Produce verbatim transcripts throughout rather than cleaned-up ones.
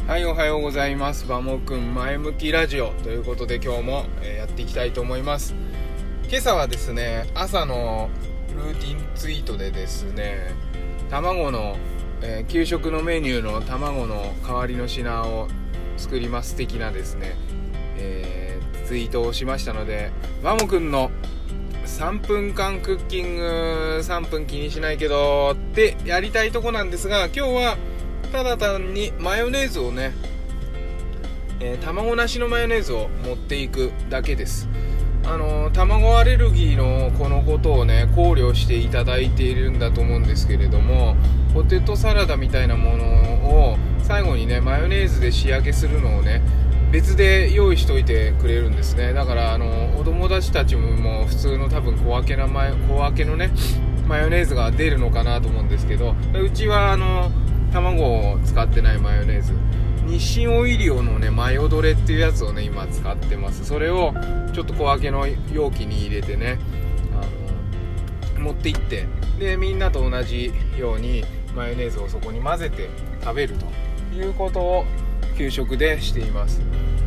はい、おはようございます。バモくん前向きラジオということで今日も、えー、やっていきたいと思います。今朝はですね、朝のルーティンツイートでですね、卵の、えー、給食のメニューの卵の代わりの品を作ります的なですね、えー、ツイートをしましたので、バモくんのさんぷんかんクッキングさんぷん気にしないけどってやりたいとこなんですが、今日はただ単にマヨネーズをね、えー、卵なしのマヨネーズを持っていくだけです。あのー、卵アレルギーのこのことをね考慮していただいているんだと思うんですけれども、ポテトサラダみたいなものを最後にねマヨネーズで仕上げするのをね別で用意しといてくれるんですね。だからあのお友達たちも普通の多分小分けなマヨ小分けのねマヨネーズが出るのかなと思うんですけど、うちはあの卵を使ってないマヨネーズ、日清オイリオのねマヨドレっていうやつをね今使ってます。それをちょっと小分けの容器に入れてねあの持って行って、でみんなと同じようにマヨネーズをそこに混ぜて食べるということを給食でしています。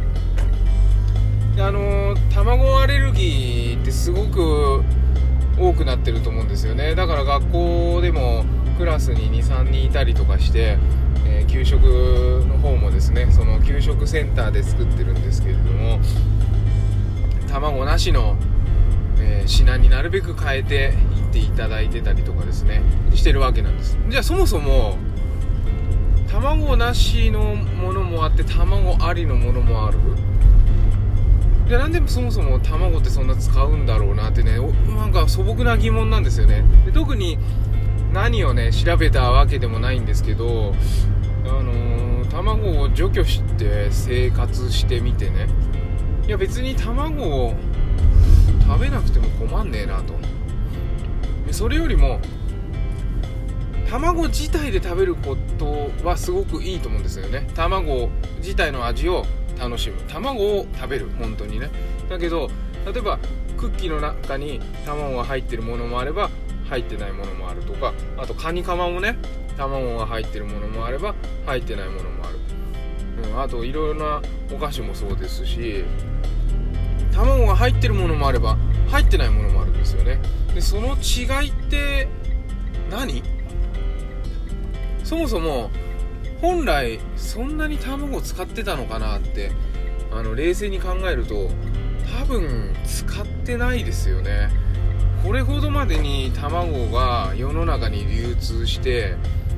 であの卵アレルギーってすごく多くなってると思うんですよね。だから学校でもクラスに にさんにんいたりとかして、えー、給食の方もですね、その給食センターで作ってるんですけれども、卵なしの、えー、品になるべく変えていっていただいてたりとかですねしてるわけなんです。じゃあそもそも卵なしのものもあって卵ありのものもある。じゃあなんでそもそも卵ってそんな使うんだろうなってね、なんか素朴な疑問なんですよね。で特に何をね調べたわけでもないんですけど、あのー、卵を除去して生活してみてね、いや別に卵を食べなくても困んねえなと。でそれよりも卵自体で食べることはすごくいいと思うんですよね。卵自体の味を楽しむ、卵を食べる、本当にね。だけど例えばクッキーの中に卵が入ってるものもあれば入ってないものもあるとか、あとカニカマもね卵が入ってるものもあれば入ってないものもある、うん、あといろいろなお菓子もそうですし、卵が入ってるものもあれば入ってないものもあるんですよね。でその違いって何？そもそも本来そんなに卵を使ってたのかなってあの冷静に考えると多分使ってないですよね。これほどまでに卵が世の中に流通して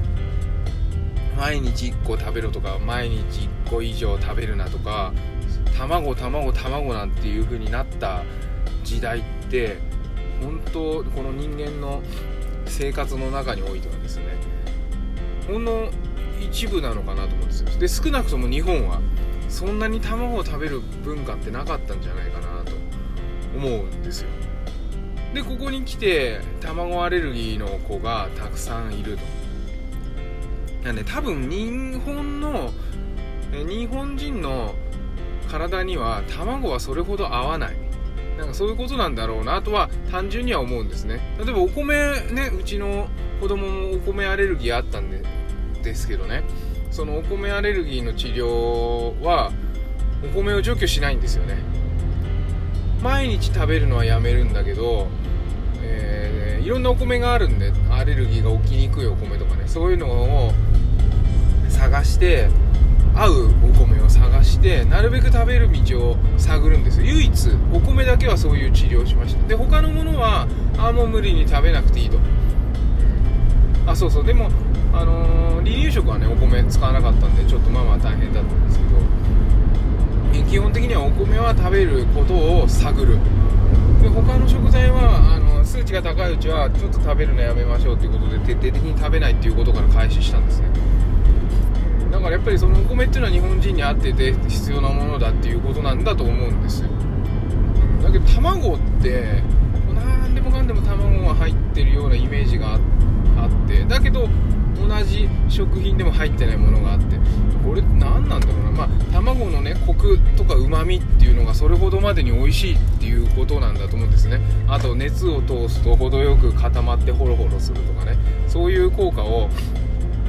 毎日いっこ食べろとか毎日いっこ以上食べるなとか卵卵卵なんていう風になった時代って本当この人間の生活の中においてはですねほんの一部なのかなと思うんですよ。で少なくとも日本はそんなに卵を食べる文化ってなかったんじゃないかなと思うんですよ。でここに来て卵アレルギーの子がたくさんいると。なんで多分日本の日本人の体には卵はそれほど合わない、なんかそういうことなんだろうなとは単純には思うんですね。例えばお米ね、うちの子供もお米アレルギーあったんでですけどね、そのお米アレルギーの治療はお米を除去しないんですよね。毎日食べるのはやめるんだけど、えー、いろんなお米があるんでアレルギーが起きにくいお米とかね、そういうのを探して合うお米を探してなるべく食べる道を探るんですよ。唯一お米だけはそういう治療をしました。で他のものはあもう無理に食べなくていいと。あそうそうでもあのー、離乳食はねお米使わなかったんでちょっとまあまあ大変だったんですけど、え基本的にはお米は食べることを探る。で他の食材はあの数値が高いうちはちょっと食べるのやめましょうということで徹底的に食べないっていうことから開始したんですね。だからやっぱりそのお米っていうのは日本人に合ってて必要なものだっていうことなんだと思うんですよ。だけど卵って何でもかんでも卵が入ってるようなイメージがあってだけど同じ食品でも入ってないものがあって、これ何なんだろうな。まあ卵のねコクとか旨味っていうのがそれほどまでに美味しいっていうことなんだと思うんですね。あと熱を通すと程よく固まってホロホロするとかね、そういう効果を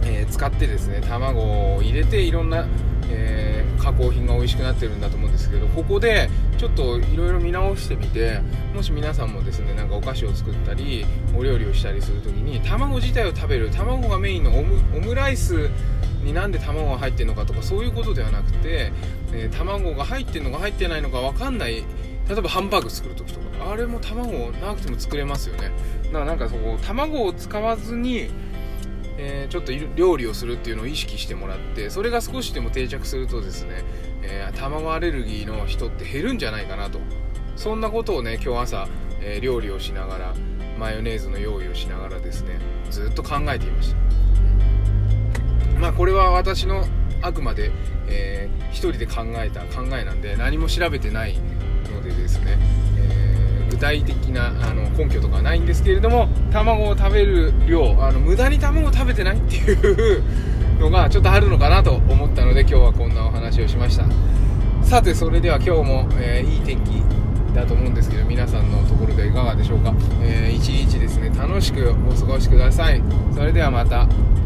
えー、使ってですね、卵を入れていろんな、えー、加工品が美味しくなってるんだと思うんですけど、ここでちょっといろいろ見直してみて、もし皆さんもですね、なんかお菓子を作ったりお料理をしたりするときに、卵自体を食べる、卵がメインのオム、オムライスになんで卵が入ってるのかとか、そういうことではなくて、えー、卵が入ってるのか入ってないのか分かんない、例えばハンバーグ作るときとか、あれも卵なくても作れますよね。だからなんかそこ卵を使わずに、えー、ちょっと料理をするっていうのを意識してもらって、それが少しでも定着するとですね、えー、卵アレルギーの人って減るんじゃないかなと、そんなことをね、今日朝、えー、料理をしながら、マヨネーズの用意をしながらですね、ずっと考えていました。まあこれは私のあくまで、えー、一人で考えた考えなんで、何も調べてないのでですね、えー、具体的なあの根拠とかはないんですけれども、卵を食べる量、あの無駄に卵を食べてないっていうのがちょっとあるのかなと思ったので、今日はこんなお話をしました。さて、それでは今日も、えー、いい天気だと思うんですけど、皆さんのところでいかがでしょうか。えー、一日ですね、楽しくお過ごしください。それではまた。